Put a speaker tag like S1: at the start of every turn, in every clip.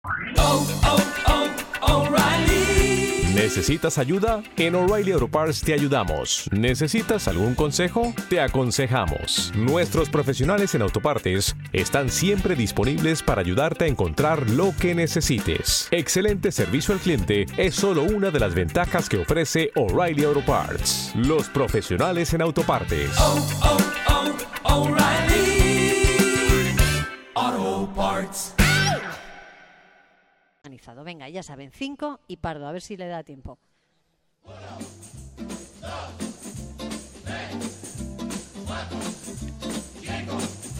S1: O'Reilly.
S2: ¿Necesitas ayuda? En O'Reilly Auto Parts te ayudamos. ¿Necesitas algún consejo? Te aconsejamos. Nuestros profesionales en autopartes están siempre disponibles para ayudarte a encontrar lo que necesites. Excelente servicio al cliente es solo una de las ventajas que ofrece O'Reilly Auto Parts. Los profesionales en autopartes.
S1: O'Reilly Auto Parts.
S3: Venga, ya saben, 5 y Pardo, a ver si le da tiempo.
S1: 1, 2, 3, 4, 5.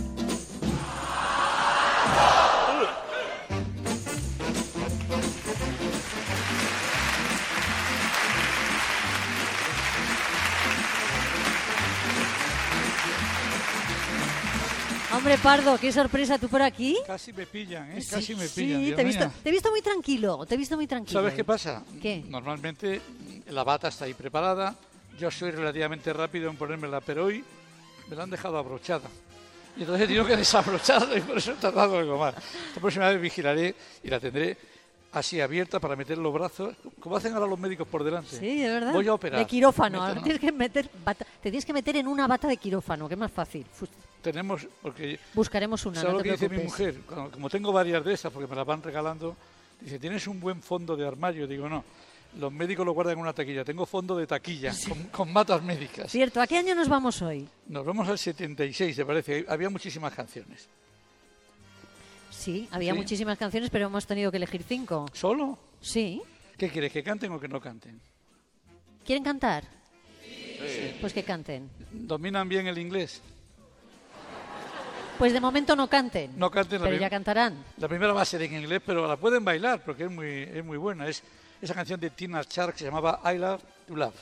S3: Hombre, Pardo, qué sorpresa, ¿tú por aquí?
S4: Casi me pillan, ¿eh?
S3: Sí,
S4: Casi me
S3: sí,
S4: pillan.
S3: te he visto muy tranquilo,
S4: ¿Sabes qué pasa?
S3: ¿Qué?
S4: Normalmente la bata está ahí preparada, yo soy relativamente rápido en ponérmela, pero hoy me la han dejado abrochada. Y entonces tengo que desabrocharla y por eso he tardado algo más. La próxima vez vigilaré y la tendré así abierta para meter los brazos, como hacen ahora los médicos por delante.
S3: Sí, de verdad.
S4: Voy a operar.
S3: De quirófano, ahora te tienes que meter en una bata de quirófano, que es más fácil.
S4: Tenemos, porque...
S3: Buscaremos una,
S4: ¿sabes
S3: no
S4: lo
S3: te
S4: que dice mi
S3: preocupes.
S4: mujer? Como tengo varias de esas, porque me las van regalando, dice, ¿tienes un buen fondo de armario? Digo, no, los médicos lo guardan en una taquilla. Tengo fondo de taquilla, sí, con batas médicas.
S3: Cierto, ¿a qué año nos vamos hoy?
S4: Nos vamos al 76, me parece. Había muchísimas canciones.
S3: Sí, había
S4: ¿Sí?
S3: muchísimas canciones, pero hemos tenido que elegir 5.
S4: ¿Solo?
S3: Sí.
S4: ¿Qué quieres, que canten o que no canten?
S3: ¿Quieren cantar? Sí. Pues que canten.
S4: ¿Dominan bien el inglés?
S3: Pues de momento no canten.
S4: No canten,
S3: pero ya cantarán.
S4: La primera va a ser en inglés, pero la pueden bailar porque es muy buena. Es esa canción de Tina Charles que se llamaba I Love to Love.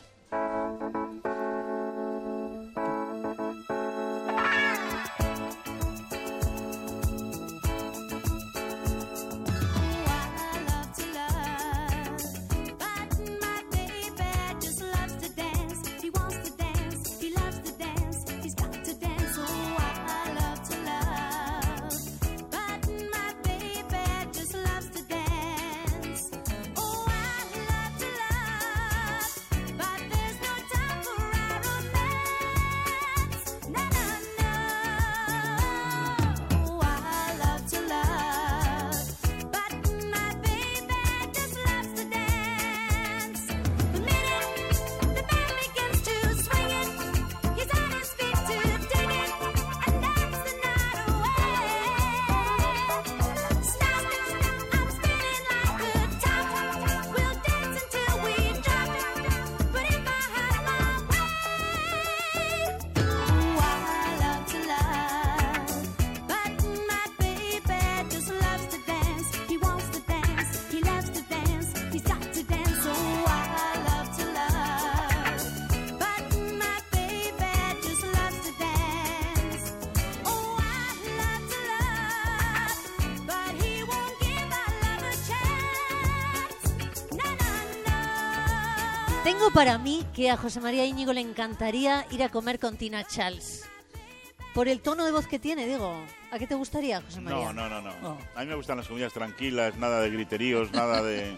S3: Tengo para mí que a José María Íñigo le encantaría ir a comer con Tina Charles. Por el tono de voz que tiene, digo. ¿A qué te gustaría, José María?
S5: No. A mí me gustan las comidas tranquilas, nada de griteríos, nada de...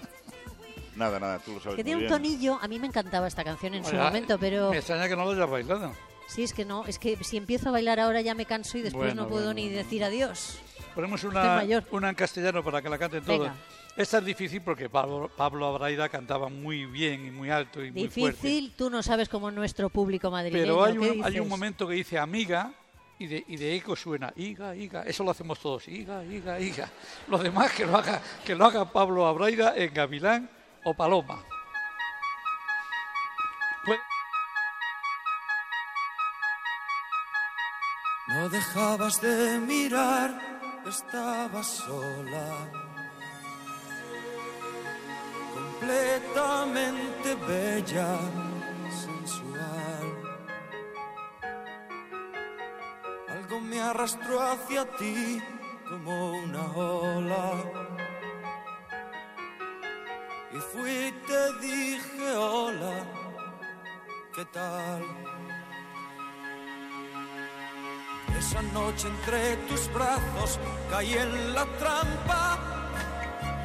S5: Nada, tú lo sabes.
S3: Que tiene
S5: muy
S3: un
S5: bien.
S3: tonillo. A mí me encantaba esta canción en su momento, pero...
S4: Me extraña que no lo hayas bailado.
S3: Sí, es que no. Es que si empiezo a bailar ahora ya me canso y después no puedo ni decir adiós.
S4: Ponemos una en castellano para que la canten todos.
S3: Venga.
S4: Esta es difícil porque Pablo Abraida cantaba muy bien y muy alto y muy fuerte.
S3: Difícil, tú no sabes cómo nuestro público madrileño.
S4: Pero
S3: hay
S4: un momento que dice amiga y de eco suena iga, iga. Eso lo hacemos todos, iga, iga, iga. Lo demás que lo haga Pablo Abraida en Gavilán o Paloma.
S6: No dejabas de mirar, estabas sola, completamente bella, sensual. Algo me arrastró hacia ti como una ola, y fui y te dije hola, ¿qué tal? Esa noche entre tus brazos caí en la trampa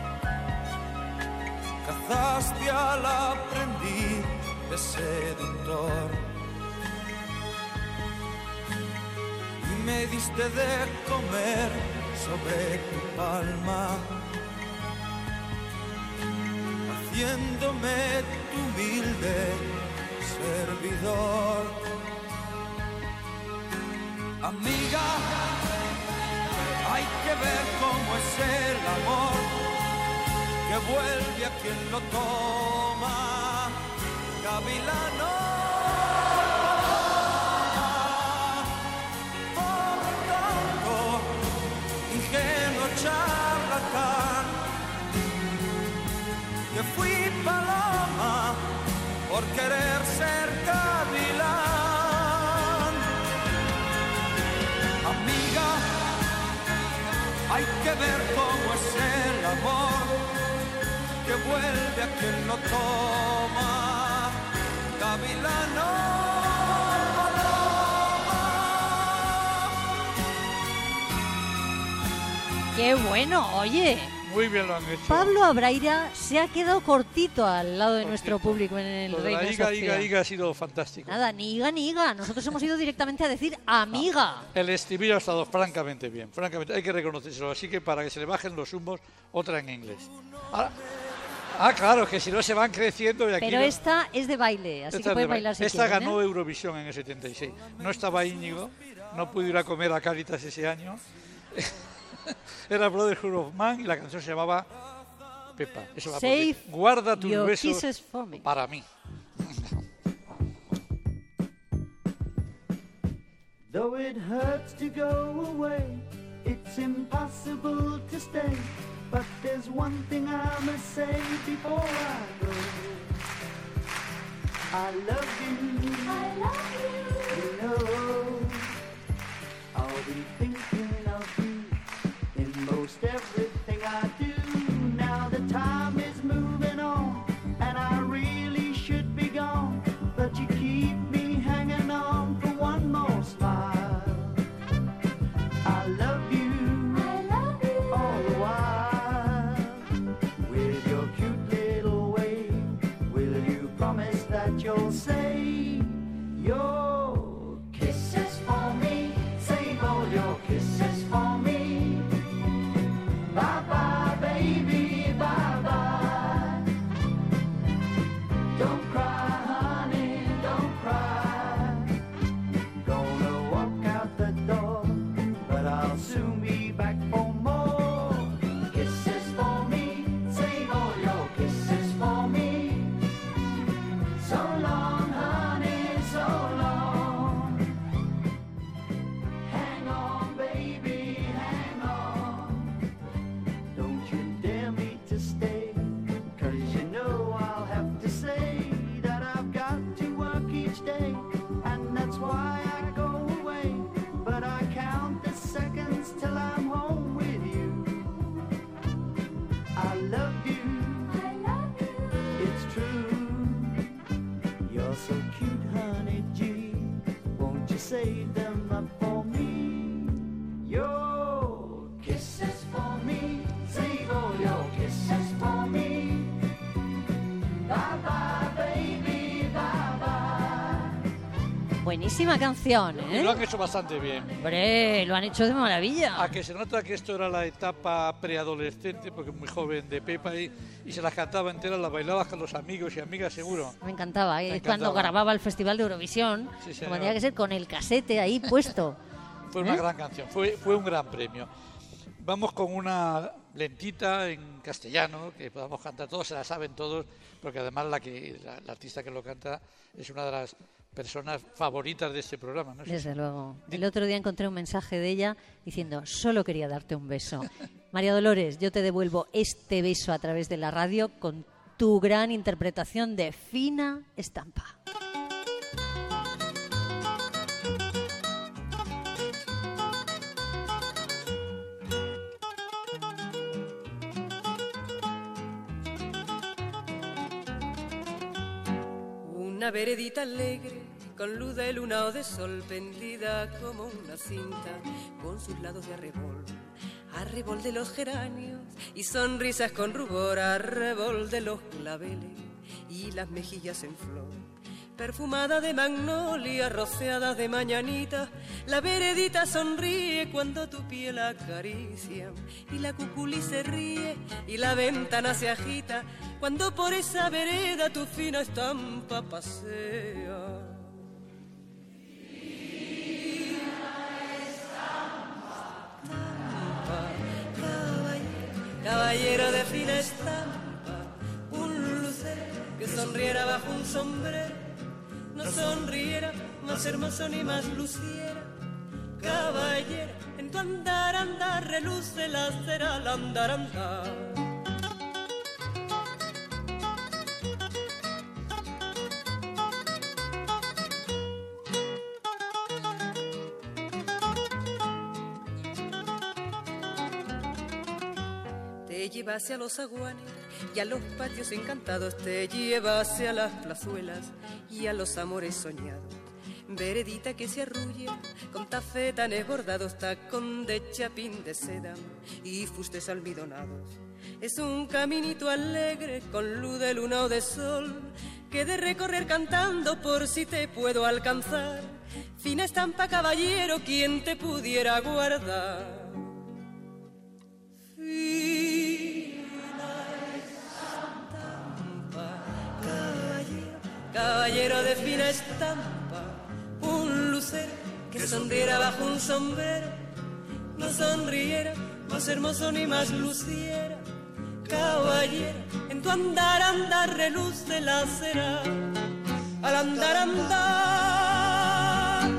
S6: lanzaste al aprendiz de seductor y me diste de comer sobre tu palma, haciéndome tu humilde servidor. Amiga, hay que ver cómo es el amor, que vuelve a quien lo toma, gavilano. Por tanto, ingenuo charlatán, que fui paloma por querer ser gavilán. Amiga, hay que ver cómo es el amor, que vuelve a quien lo toma, gavilano.
S3: ¡Qué bueno! Oye,
S4: Muy bien lo han hecho.
S3: Pablo Abraira se ha quedado cortito al lado de
S4: Cortito.
S3: nuestro público en el
S4: Lo de
S3: Reina
S4: la Iga,
S3: Sofía.
S4: Iga, Iga ha sido fantástico.
S3: Nada, ni Iga ni Iga. Nosotros hemos ido directamente a decir amiga.
S4: El estribillo ha estado francamente bien, francamente, hay que reconocérselo. Así que para que se le bajen los humos, otra en inglés. Claro, que si no se van creciendo y aquí
S3: Pero
S4: no-
S3: esta es de baile, así
S4: Esta
S3: que
S4: es
S3: pueden
S4: de
S3: bailar si
S4: Esta
S3: quieren,
S4: ganó
S3: ¿eh?
S4: Eurovisión en el 76. No estaba Íñigo, no pude ir a comer a Cáritas ese año. Era Brotherhood of Man y la canción se llamaba Pepa. Eso va por
S3: Save
S4: ti. Guarda tus
S3: your
S4: besos
S3: kisses for me.
S4: para mí.
S7: Though it hurts to go away, it's impossible to stay. But there's one thing I must say before I go. I love you. I love you. You know, I'll be thinking of you in most everything I do. Now the time is moving on, and I really should be gone. But you keep me hanging on for one more smile. I love you. I love you. All the while. With your cute little way, will you promise that you'll say your kisses for me? Save all your kisses for me. Bye bye, baby, bye bye. Don't cry, honey, don't cry. Gonna walk out the door, but I'll soon be back for more. Kisses for me, save all your kisses for me. So long, honey, so long. Hang on, baby, hang on. Don't you dare me to stay, 'cause you know I'll have to say that I've got to work each day, and that's why I go away. But I count the seconds till I'm home with you. I love you. I love you. It's true. You're so cute, honey G. Won't you save them up for me? Your kisses for me. Save all your kisses for me. Bye bye, baby, bye bye.
S3: Buenísima canción,
S4: Y lo
S3: ¿eh?
S4: han hecho bastante bien.
S3: Hombre, lo han hecho de maravilla.
S4: A que se nota que esto era la etapa preadolescente, porque muy joven de Pepa y se las cantaba enteras, las bailaba con los amigos y amigas seguro.
S3: Me encantaba, ¿eh?
S4: Me
S3: Cuando
S4: encantaba.
S3: grababa el Festival de Eurovisión,
S4: Sí,
S3: como
S4: señor.
S3: tenía que ser con el casete ahí puesto.
S4: Fue una gran canción, fue un gran premio. Vamos con una lentita en castellano, que podamos cantar todos, se la saben todos, porque además la artista que lo canta es una de las personas favoritas de este programa, ¿no?
S3: Desde luego. El otro día encontré un mensaje de ella diciendo, solo quería darte un beso. María Dolores, yo te devuelvo este beso a través de la radio con tu gran interpretación de Fina Estampa.
S8: Una veredita alegre, con luz de luna o de sol, pendida como una cinta, con sus lados de arrebol. arrebol de los geranios y sonrisas con rubor, arrebol de los claveles y las mejillas en flor. Perfumada de magnolia, rociada de mañanita, la veredita sonríe cuando tu piel acaricia. Y la cuculi se ríe y la ventana se agita cuando por esa vereda tu fina estampa pasea. Caballero de fina estampa, un lucero que sonriera bajo un sombrero, no sonriera, más hermoso ni más luciera. Caballero, en tu andar, andar, reluce la cera al andar, andar. Te lleva hacia los zaguanes y a los patios encantados, te lleva hacia las plazuelas y a los amores soñados. Veredita que se arrulla con tafetanes bordados, tacón de chapín de seda y fustes almidonados. Es un caminito alegre con luz de luna o de sol que de recorrer cantando por si te puedo alcanzar. Fina estampa, caballero, quien te pudiera guardar. Caballero de fina estampa, un lucero que sonriera bajo un sombrero, no sonriera, más hermoso ni más luciera. Caballero, en tu andar, andar, reluce la cera al andar, andar.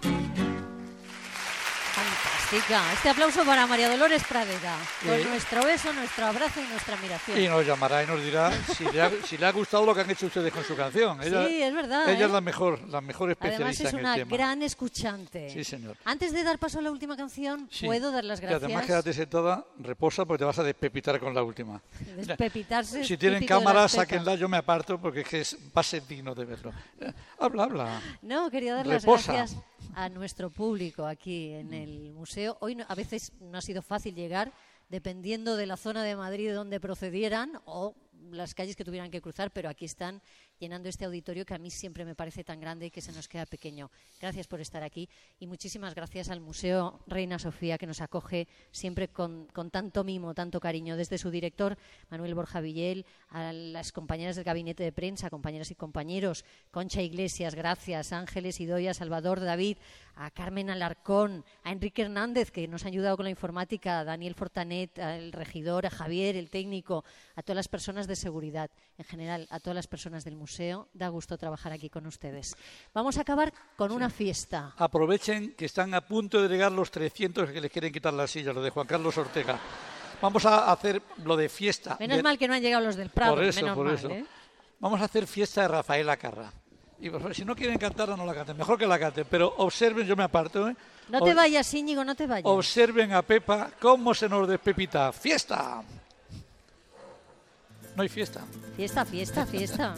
S3: Fantástica. Este aplauso para María Dolores Pradera, con nuestro beso, nuestro abrazo y nuestra admiración.
S4: Y nos llamará y nos dirá si le ha gustado lo que han hecho ustedes con su canción. Ella,
S3: sí, es verdad.
S4: Ella es la mejor especialista
S3: Además es
S4: en
S3: una
S4: el tema.
S3: gran escuchante.
S4: Sí, señor.
S3: Antes de dar paso a la última canción,
S4: Sí.
S3: puedo dar las
S4: Y
S3: gracias.
S4: además quédate sentada, reposa porque te vas a despepitar con la última.
S3: Despepitarse es
S4: Si tienen
S3: típico de
S4: cámara,
S3: las pepas.
S4: sáquenla, yo me aparto porque es que va a ser digno de verlo. Habla.
S3: No, quería dar
S4: Reposa.
S3: las gracias a nuestro público aquí en el museo. Hoy a veces no ha sido fácil llegar, dependiendo de la zona de Madrid de donde procedieran o las calles que tuvieran que cruzar, pero aquí están llenando este auditorio que a mí siempre me parece tan grande y que se nos queda pequeño. Gracias por estar aquí y muchísimas gracias al Museo Reina Sofía, que nos acoge siempre con tanto mimo, tanto cariño, desde su director Manuel Borja Villel, a las compañeras del gabinete de prensa, compañeras y compañeros, Concha Iglesias, gracias, Ángeles Idoia, Salvador David, a Carmen Alarcón, a Enrique Hernández, que nos ha ayudado con la informática, a Daniel Fortanet, al regidor, a Javier, el técnico, a todas las personas de seguridad, en general, a todas las personas del museo. Da gusto trabajar aquí con ustedes. Vamos a acabar con una fiesta.
S4: Aprovechen que están a punto de llegar los 300 que les quieren quitar la silla, lo de Juan Carlos Ortega. Vamos a hacer lo de fiesta.
S3: Menos mal que no han llegado los del Prado.
S4: Por eso,
S3: menos
S4: por
S3: mal,
S4: eso.
S3: ¿eh?
S4: Vamos a hacer fiesta de Rafaela Carrà. Y pues, si no quieren cantarla, no la canten. Mejor que la canten, pero observen, yo me aparto.
S3: No te vayas, Íñigo, no te vayas.
S4: Observen a Pepa cómo se nos despepita. ¡Fiesta! No hay fiesta.
S3: Fiesta, fiesta, fiesta.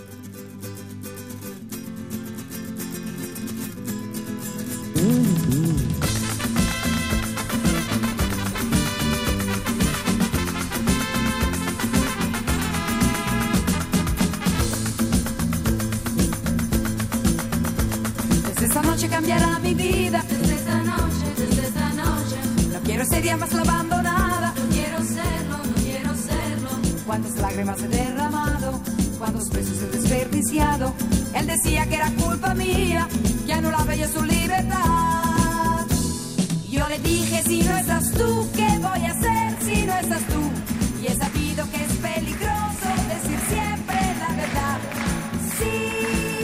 S9: Desde esta noche cambiará mi vida. Desde esta noche. No quiero ser ya más la abandonada. No quiero serlo, no quiero serlo. Cuántas lágrimas he derramado, cuántos besos he desperdiciado. Él decía que era culpa mía, que anulaba yo su libertad. Yo le dije, si no estás tú, ¿qué voy a hacer si no estás tú? Y he sabido que es peligroso decir siempre la verdad. Sí.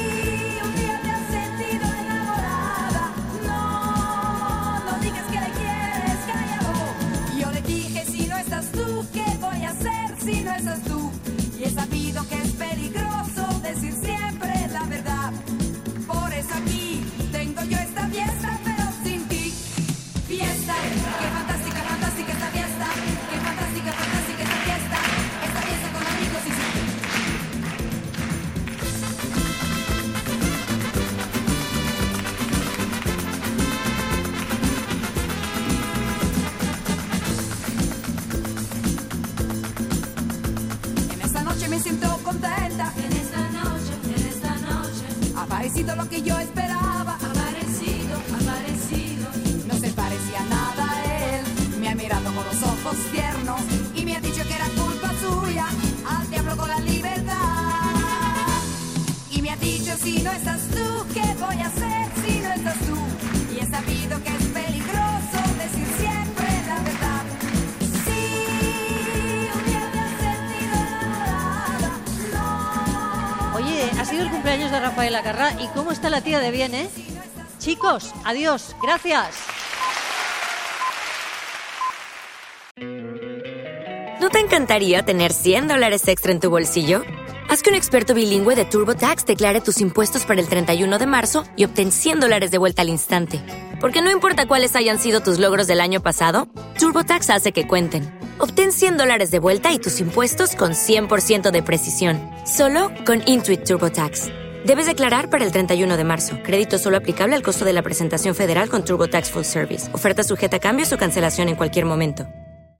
S9: Si no estás tú, y he sabido que es peligroso decir siempre la verdad. Por eso aquí tengo yo esta fiesta, pero sin ti. Fiesta, qué fantástica, fantástica esta fiesta. Qué fantástica, fantástica esta fiesta. Esta fiesta con amigos y sin ti. noche me siento contenta. En esta noche, ha aparecido lo que yo esperaba. Aparecido. No se parecía nada a él. Me ha mirado con los ojos tiernos y me ha dicho que era culpa suya. Al diablo con la libertad. Y me ha dicho, si no estás tú, ¿qué voy a hacer si no estás tú? Y he sabido que es peligroso decir siempre la verdad. Sí, un día me has sentido enamorada. No.
S3: Oye, ha sido el cumpleaños de Rafael Acarrá. ¿Y cómo está la tía de bien, eh? Chicos, adiós. Gracias.
S10: ¿No te encantaría tener $100 extra en tu bolsillo? Haz que un experto bilingüe de TurboTax declare tus impuestos para el 31 de marzo y obtén $100 de vuelta al instante. Porque no importa cuáles hayan sido tus logros del año pasado, TurboTax hace que cuenten. Obtén $100 de vuelta y tus impuestos con 100% de precisión. Solo con Intuit TurboTax. Debes declarar para el 31 de marzo. Crédito solo aplicable al costo de la presentación federal con TurboTax Full Service. Oferta sujeta a cambios o cancelación en cualquier momento.